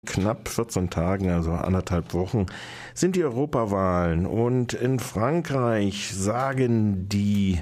Knapp 14 Tagen, also 1,5 Wochen, sind die Europawahlen und in Frankreich sagen die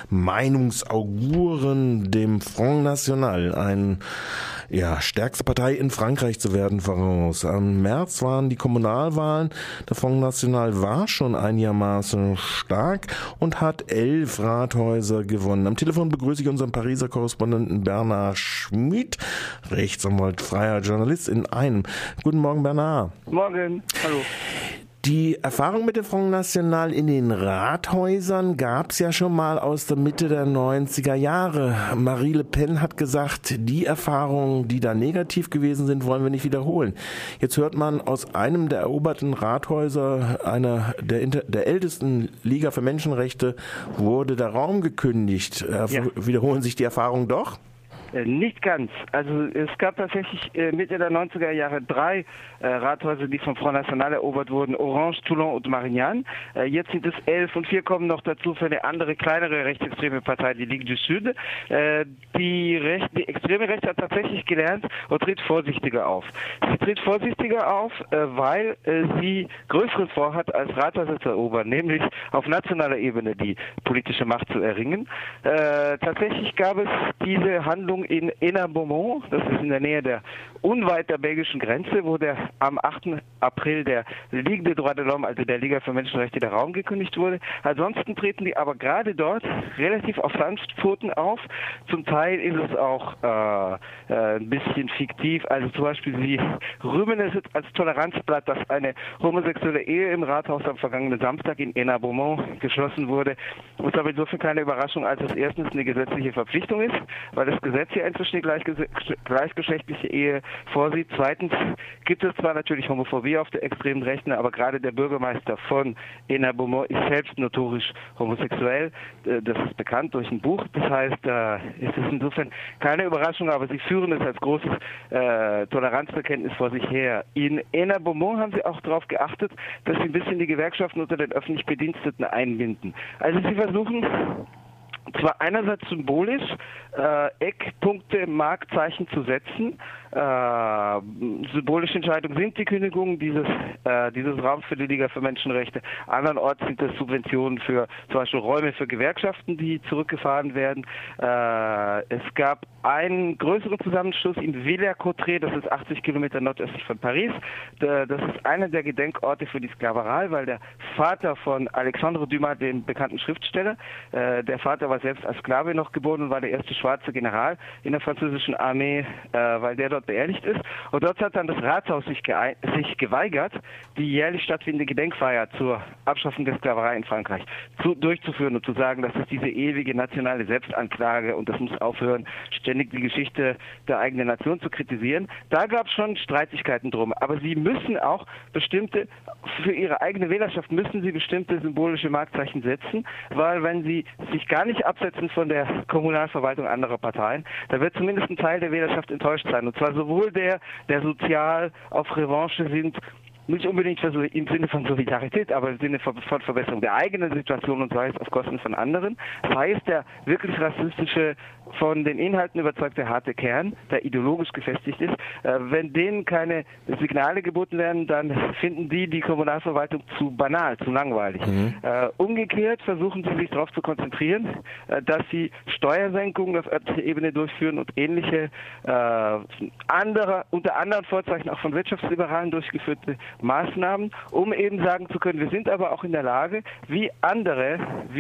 Meinungsauguren dem Front National, stärkste Partei in Frankreich zu werden, voraus. Am März waren die Kommunalwahlen. Der Front National war schon einigermaßen stark und hat 11 Rathäuser gewonnen. Am Telefon begrüße ich unseren Pariser Korrespondenten Bernard Schmid, Rechtsanwalt, freier Journalist in einem. Guten Morgen, Bernard. Morgen, hallo. Die Erfahrung mit dem Front National in den Rathäusern gab es ja schon mal aus der Mitte der 90er Jahre. Marine Le Pen hat gesagt, die Erfahrungen, die da negativ gewesen sind, wollen wir nicht wiederholen. Jetzt hört man aus einem der eroberten Rathäuser, einer der ältesten Liga für Menschenrechte, wurde der Raum gekündigt. Wiederholen sich die Erfahrungen doch? Nicht ganz. Also es gab tatsächlich Mitte der 90er Jahre 3 Rathäuser, die vom Front National erobert wurden, Orange, Toulon und Marignane. Jetzt sind es 11 und 4 kommen noch dazu für eine andere, kleinere rechtsextreme Partei, die Ligue du Sud. Die extreme Rechte hat tatsächlich gelernt und tritt vorsichtiger auf. Sie tritt vorsichtiger auf, weil sie Größeres vorhat, als Rathäuser zu erobern, nämlich auf nationaler Ebene die politische Macht zu erringen. Tatsächlich gab es diese Handlung in Hénin-Beaumont, das ist in der Nähe unweit der belgischen Grenze, wo am 8. April der Ligue des Droits de l'Homme, also der Liga für Menschenrechte, der Raum gekündigt wurde. Ansonsten treten die aber gerade dort relativ auf Sanftpfoten auf. Zum Teil ist es auch ein bisschen fiktiv. Also zum Beispiel, sie rühmen es als Toleranzblatt, dass eine homosexuelle Ehe im Rathaus am vergangenen Samstag in Hénin-Beaumont geschlossen wurde. Und es ist aber insofern keine Überraschung, als es erstens eine gesetzliche Verpflichtung ist, weil das Gesetz hier inzwischen die gleichgeschlechtliche Ehe vorsieht. Zweitens gibt es zwar natürlich Homophobie auf der extremen Rechten, aber gerade der Bürgermeister von Hénin-Beaumont ist selbst notorisch homosexuell. Das ist bekannt durch ein Buch. Das heißt, es ist insofern keine Überraschung, aber sie führen es als großes Toleranzbekenntnis vor sich her. In Hénin-Beaumont haben sie auch darauf geachtet, dass sie ein bisschen die Gewerkschaften unter den öffentlich Bediensteten einbinden. Also sie versuchen zwar einerseits symbolisch Eckpunkte, Marktzeichen zu setzen. Symbolische Entscheidungen sind die Kündigung dieses Raums für die Liga für Menschenrechte. Andernorts sind es Subventionen für zum Beispiel Räume für Gewerkschaften, die zurückgefahren werden. Es gab einen größeren Zusammenschluss in Villers-Cotterêts, das ist 80 Kilometer nordöstlich von Paris. Das ist einer der Gedenkorte für die Sklaverei, weil der Vater von Alexandre Dumas, dem bekannten Schriftsteller, der Vater war selbst als Sklave noch geboren und war der erste schwarze General in der französischen Armee, weil der dort beerdigt ist. Und dort hat dann das Rathaus sich geweigert, die jährlich stattfindende Gedenkfeier zur Abschaffung der Sklaverei in Frankreich durchzuführen und zu sagen, das ist diese ewige nationale Selbstanklage und das muss aufhören, ständig die Geschichte der eigenen Nation zu kritisieren. Da gab es schon Streitigkeiten drum. Aber sie müssen auch für ihre eigene Wählerschaft müssen sie bestimmte symbolische Marktzeichen setzen, weil wenn sie sich gar nicht absetzen von der Kommunalverwaltung anderer Parteien, da wird zumindest ein Teil der Wählerschaft enttäuscht sein. Und zwar sowohl der sozial auf Revanche sind, nicht unbedingt im Sinne von Solidarität, aber im Sinne von Verbesserung der eigenen Situation und sei es auf Kosten von anderen, sei es der wirklich rassistische, von den Inhalten überzeugte harte Kern, der ideologisch gefestigt ist. Wenn denen keine Signale geboten werden, dann finden die Kommunalverwaltung zu banal, zu langweilig. Umgekehrt versuchen sie sich darauf zu konzentrieren, dass sie Steuersenkungen auf örtlicher Ebene durchführen und ähnliche unter anderen Vorzeichen auch von Wirtschaftsliberalen durchgeführte Maßnahmen, um eben sagen zu können, wir sind aber auch in der Lage, wie andere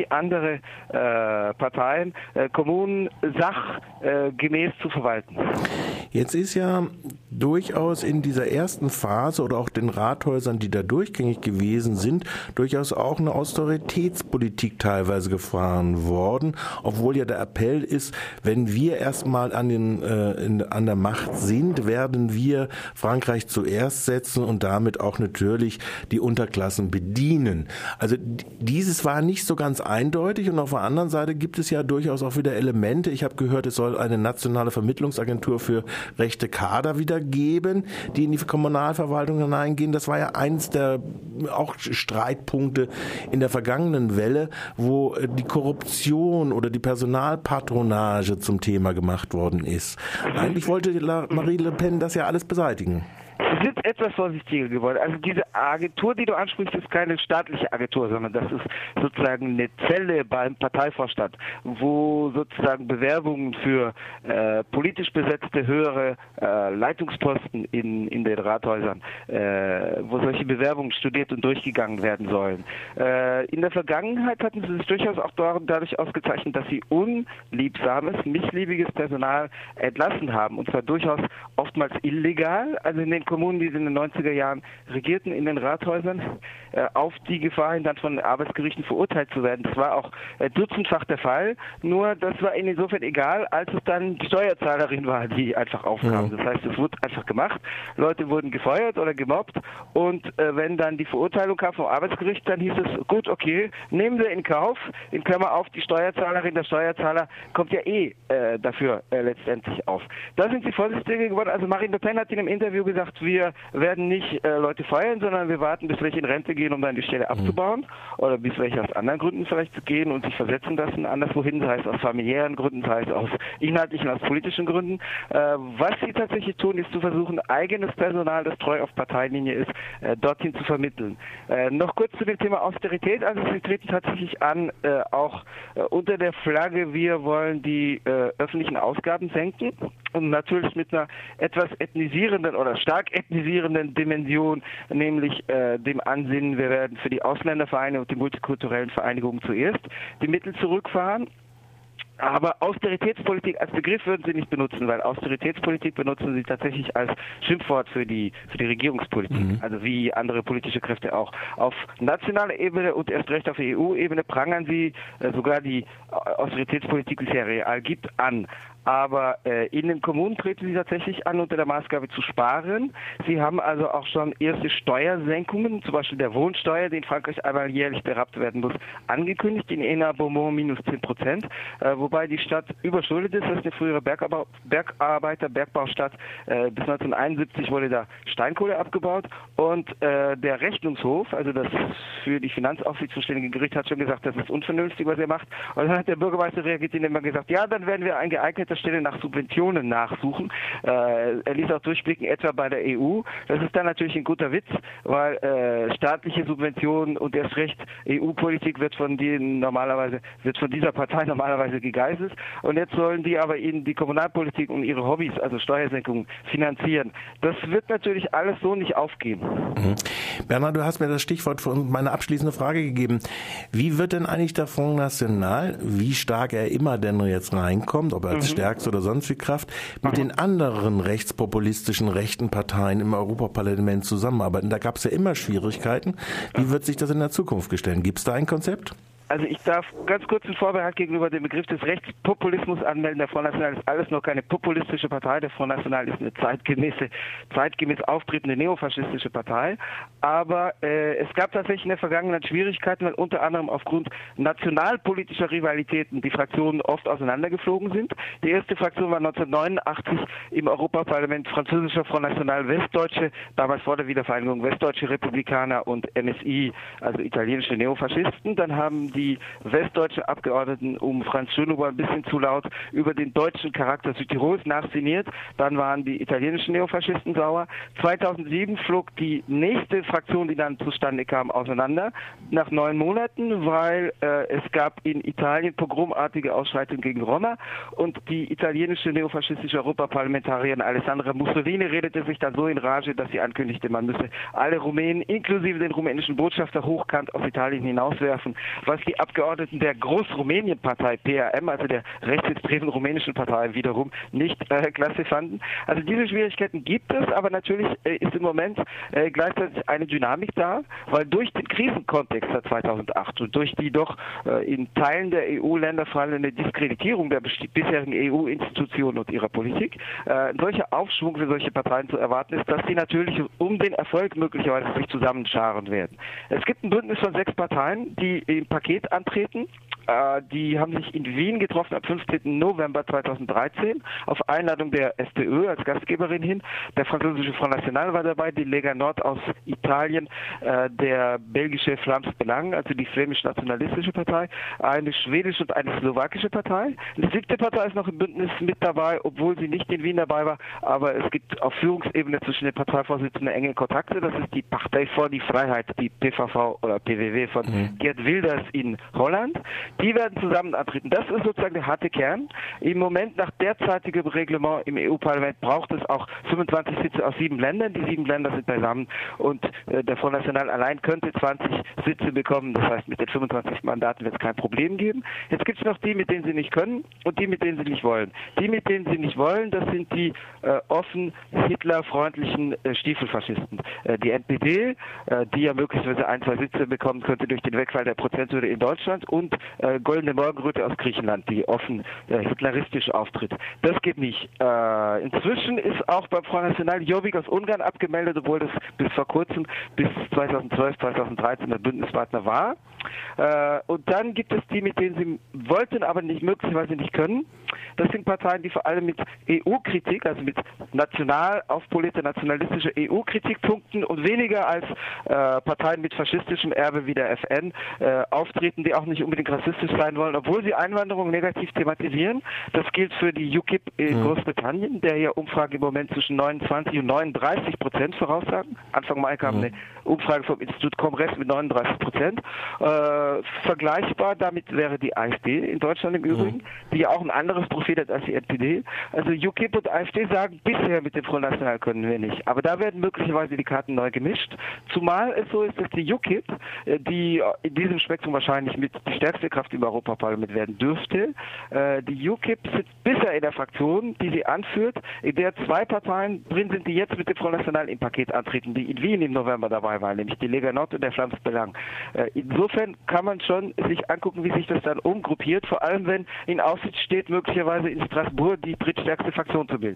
Parteien, Kommunen sachgemäß zu verwalten. Jetzt ist ja durchaus in dieser ersten Phase oder auch den Rathäusern, die da durchgängig gewesen sind, durchaus auch eine Austeritätspolitik teilweise gefahren worden, obwohl ja der Appell ist, wenn wir erstmal an der Macht sind, werden wir Frankreich zuerst setzen und damit auch natürlich die Unterklassen bedienen. Also dieses war nicht so ganz eindeutig und auf der anderen Seite gibt es ja durchaus auch wieder Elemente. Ich habe gehört, es soll eine nationale Vermittlungsagentur für rechte Kader wieder geben, die in die Kommunalverwaltung hineingehen. Das war ja eins der auch Streitpunkte in der vergangenen Welle, wo die Korruption oder die Personalpatronage zum Thema gemacht worden ist. Eigentlich wollte Marine Le Pen das ja alles beseitigen. sind etwas vorsichtiger geworden. Also diese Agentur, die du ansprichst, ist keine staatliche Agentur, sondern das ist sozusagen eine Zelle beim Parteivorstand, wo sozusagen Bewerbungen für politisch besetzte höhere Leitungsposten in den Rathäusern, wo solche Bewerbungen studiert und durchgegangen werden sollen. In der Vergangenheit hatten sie sich durchaus auch dadurch ausgezeichnet, dass sie unliebsames, missliebiges Personal entlassen haben, und zwar durchaus oftmals illegal, also in den Kommunen, die in den 90er Jahren regierten, in den Rathäusern, auf die Gefahr hin, dann von Arbeitsgerichten verurteilt zu werden. Das war auch dutzendfach der Fall, nur das war ihnen insofern egal, als es dann die Steuerzahlerin war, die einfach aufkam. Das heißt, es wurde einfach gemacht, Leute wurden gefeuert oder gemobbt, und wenn dann die Verurteilung kam vom Arbeitsgericht, dann hieß es, gut, okay, nehmen wir in Kauf, in Klammer auf, die Steuerzahlerin, der Steuerzahler kommt ja dafür letztendlich auf. Da sind sie vorsichtiger geworden. Also Marine Le Pen hat in einem Interview gesagt, wir werden nicht Leute feuern, sondern wir warten, bis welche in Rente gehen, um dann die Stelle abzubauen, oder bis welche aus anderen Gründen vielleicht zu gehen und sich versetzen lassen, anderswohin, sei es aus familiären Gründen, sei es aus inhaltlichen, aus politischen Gründen. Was sie tatsächlich tun, ist zu versuchen, eigenes Personal, das treu auf Parteilinie ist, dorthin zu vermitteln. Noch kurz zu dem Thema Austerität. Also sie treten tatsächlich an, auch unter der Flagge, wir wollen die öffentlichen Ausgaben senken, und natürlich mit einer etwas ethnisierenden oder stark ethnisierenden Dimension, nämlich dem Ansinnen, wir werden für die Ausländervereine und die multikulturellen Vereinigungen zuerst die Mittel zurückfahren. Aber Austeritätspolitik als Begriff würden sie nicht benutzen, weil Austeritätspolitik benutzen sie tatsächlich als Schimpfwort für die Regierungspolitik. Also wie andere politische Kräfte auch. Auf nationaler Ebene und erst recht auf EU-Ebene prangern sie sogar die Austeritätspolitik, die es ja real gibt, an. Aber in den Kommunen treten sie tatsächlich an, unter der Maßgabe zu sparen. Sie haben also auch schon erste Steuersenkungen, zum Beispiel der Wohnsteuer, die in Frankreich einmal jährlich berappt werden muss, angekündigt, in Hénin-Beaumont minus 10%, wobei die Stadt überschuldet ist. Das ist eine frühere Bergbaustadt. Bis 1971 wurde da Steinkohle abgebaut, und der Rechnungshof, also das für die Finanzaufsicht zuständige Gericht, hat schon gesagt, das ist unvernünftig, was er macht. Und dann hat der Bürgermeister reagiert, indem er gesagt, ja, dann werden wir ein geeigneter Stelle nach Subventionen nachsuchen. Er ließ auch durchblicken, etwa bei der EU. Das ist dann natürlich ein guter Witz, weil staatliche Subventionen und erst recht EU-Politik wird von dieser Partei normalerweise gegeißelt, und jetzt sollen die aber ihnen die Kommunalpolitik und ihre Hobbys, also Steuersenkungen, finanzieren. Das wird natürlich alles so nicht aufgehen. Bernhard, du hast mir das Stichwort für meine abschließende Frage gegeben. Wie wird denn eigentlich der Front National, wie stark er immer denn jetzt reinkommt, ob er als stärkste oder sonst wie Kraft, mit den anderen rechtspopulistischen rechten Parteien im Europaparlament zusammenarbeiten? Da gab es ja immer Schwierigkeiten. Wie wird sich das in der Zukunft gestalten? Gibt es da ein Konzept? Also ich darf ganz kurz einen Vorbehalt gegenüber dem Begriff des Rechtspopulismus anmelden. Der Front National ist alles noch keine populistische Partei. Der Front National ist eine zeitgemäß auftretende neofaschistische Partei. Aber es gab tatsächlich in der Vergangenheit Schwierigkeiten, weil unter anderem aufgrund nationalpolitischer Rivalitäten die Fraktionen oft auseinandergeflogen sind. Die erste Fraktion war 1989 im Europaparlament französischer Front National, Westdeutsche, damals vor der Wiedervereinigung Westdeutsche Republikaner und MSI, also italienische Neofaschisten. Dann haben die westdeutschen Abgeordneten um Franz Schönhuber ein bisschen zu laut über den deutschen Charakter Südtirols nachsinniert. Dann waren die italienischen Neofaschisten sauer. 2007 flog die nächste Fraktion, die dann zustande kam, auseinander nach 9 Monaten, weil es gab in Italien pogromartige Ausschreitungen gegen Roma, und die italienische neofaschistische Europaparlamentarierin Alessandra Mussolini redete sich dann so in Rage, dass sie ankündigte, man müsse alle Rumänen inklusive den rumänischen Botschafter hochkant aus Italien hinauswerfen, was die Abgeordneten der Großrumänien-Partei PRM, also der rechtsextremen rumänischen Partei, wiederum nicht klasse fanden. Also diese Schwierigkeiten gibt es, aber natürlich ist im Moment gleichzeitig eine Dynamik da, weil durch den Krisenkontext seit 2008 und durch die doch in Teilen der EU-Länder fallende Diskreditierung der bisherigen EU-Institutionen und ihrer Politik ein solcher Aufschwung für solche Parteien zu erwarten ist, dass sie natürlich um den Erfolg möglicherweise sich zusammenscharen werden. Es gibt ein Bündnis von 6 Parteien, die im Paket antreten. die haben sich in Wien getroffen am 15. November 2013 auf Einladung der SPÖ als Gastgeberin hin. Der französische Front National war dabei, die Lega Nord aus Italien, der belgische Vlaams Belang, also die flämisch-nationalistische Partei, eine schwedische und eine slowakische Partei. Eine 7. Partei ist noch im Bündnis mit dabei, obwohl sie nicht in Wien dabei war, aber es gibt auf Führungsebene zwischen den Parteivorsitzenden enge Kontakte. Das ist die Partei für die Freiheit, die PVV oder PVV von Geert Wilders in Holland. Die werden zusammen antreten. Das ist sozusagen der harte Kern. Im Moment nach derzeitigem Reglement im EU-Parlament braucht es auch 25 Sitze aus 7 Ländern. Die 7 Länder sind beisammen und der Front National allein könnte 20 Sitze bekommen. Das heißt, mit den 25 Mandaten wird es kein Problem geben. Jetzt gibt es noch die, mit denen sie nicht können und die, mit denen sie nicht wollen. Die, mit denen sie nicht wollen, das sind die offen hitlerfreundlichen Stiefelfaschisten. Die NPD, die ja möglicherweise 1, 2 Sitze bekommen könnte durch den Wegfall der Prozenthürde in Deutschland und Goldene Morgenröte aus Griechenland, die offen hitleristisch auftritt. Das geht nicht. Inzwischen ist auch beim Front National Jobbik aus Ungarn abgemeldet, obwohl das bis vor kurzem, bis 2012, 2013 der Bündnispartner war. Und dann gibt es die, mit denen sie wollten, aber nicht möglicherweise nicht können. Das sind Parteien, die vor allem mit EU-Kritik, also mit national aufpolierter nationalistischer EU-Kritik punkten und weniger als Parteien mit faschistischem Erbe wie der FN auftreten, die auch nicht unbedingt rassistisch sein wollen, obwohl sie Einwanderung negativ thematisieren. Das gilt für die UKIP in Großbritannien, der hier Umfragen im Moment zwischen 29 und 39% voraussagen. Anfang Mai kam eine Umfrage vom Institut Kongress mit 39%. Vergleichbar damit wäre die AfD in Deutschland im Übrigen, die ja auch ein anderes Profil hat als die NPD. Also UKIP und AfD sagen, bisher mit dem Front National können wir nicht. Aber da werden möglicherweise die Karten neu gemischt. Zumal es so ist, dass die UKIP, die in diesem Spektrum wahrscheinlich mit die stärkste Kraft im Europaparlament werden dürfte, die UKIP sitzt bisher in der Fraktion, die sie anführt, in der 2 Parteien drin sind, die jetzt mit dem Front National im Paket antreten, die in Wien im November dabei waren, nämlich die Lega Nord und der Vlaams Belang. Insofern kann man schon sich angucken, wie sich das dann umgruppiert, vor allem wenn in Aussicht steht, möglicherweise in Straßburg die drittstärkste Fraktion zu bilden.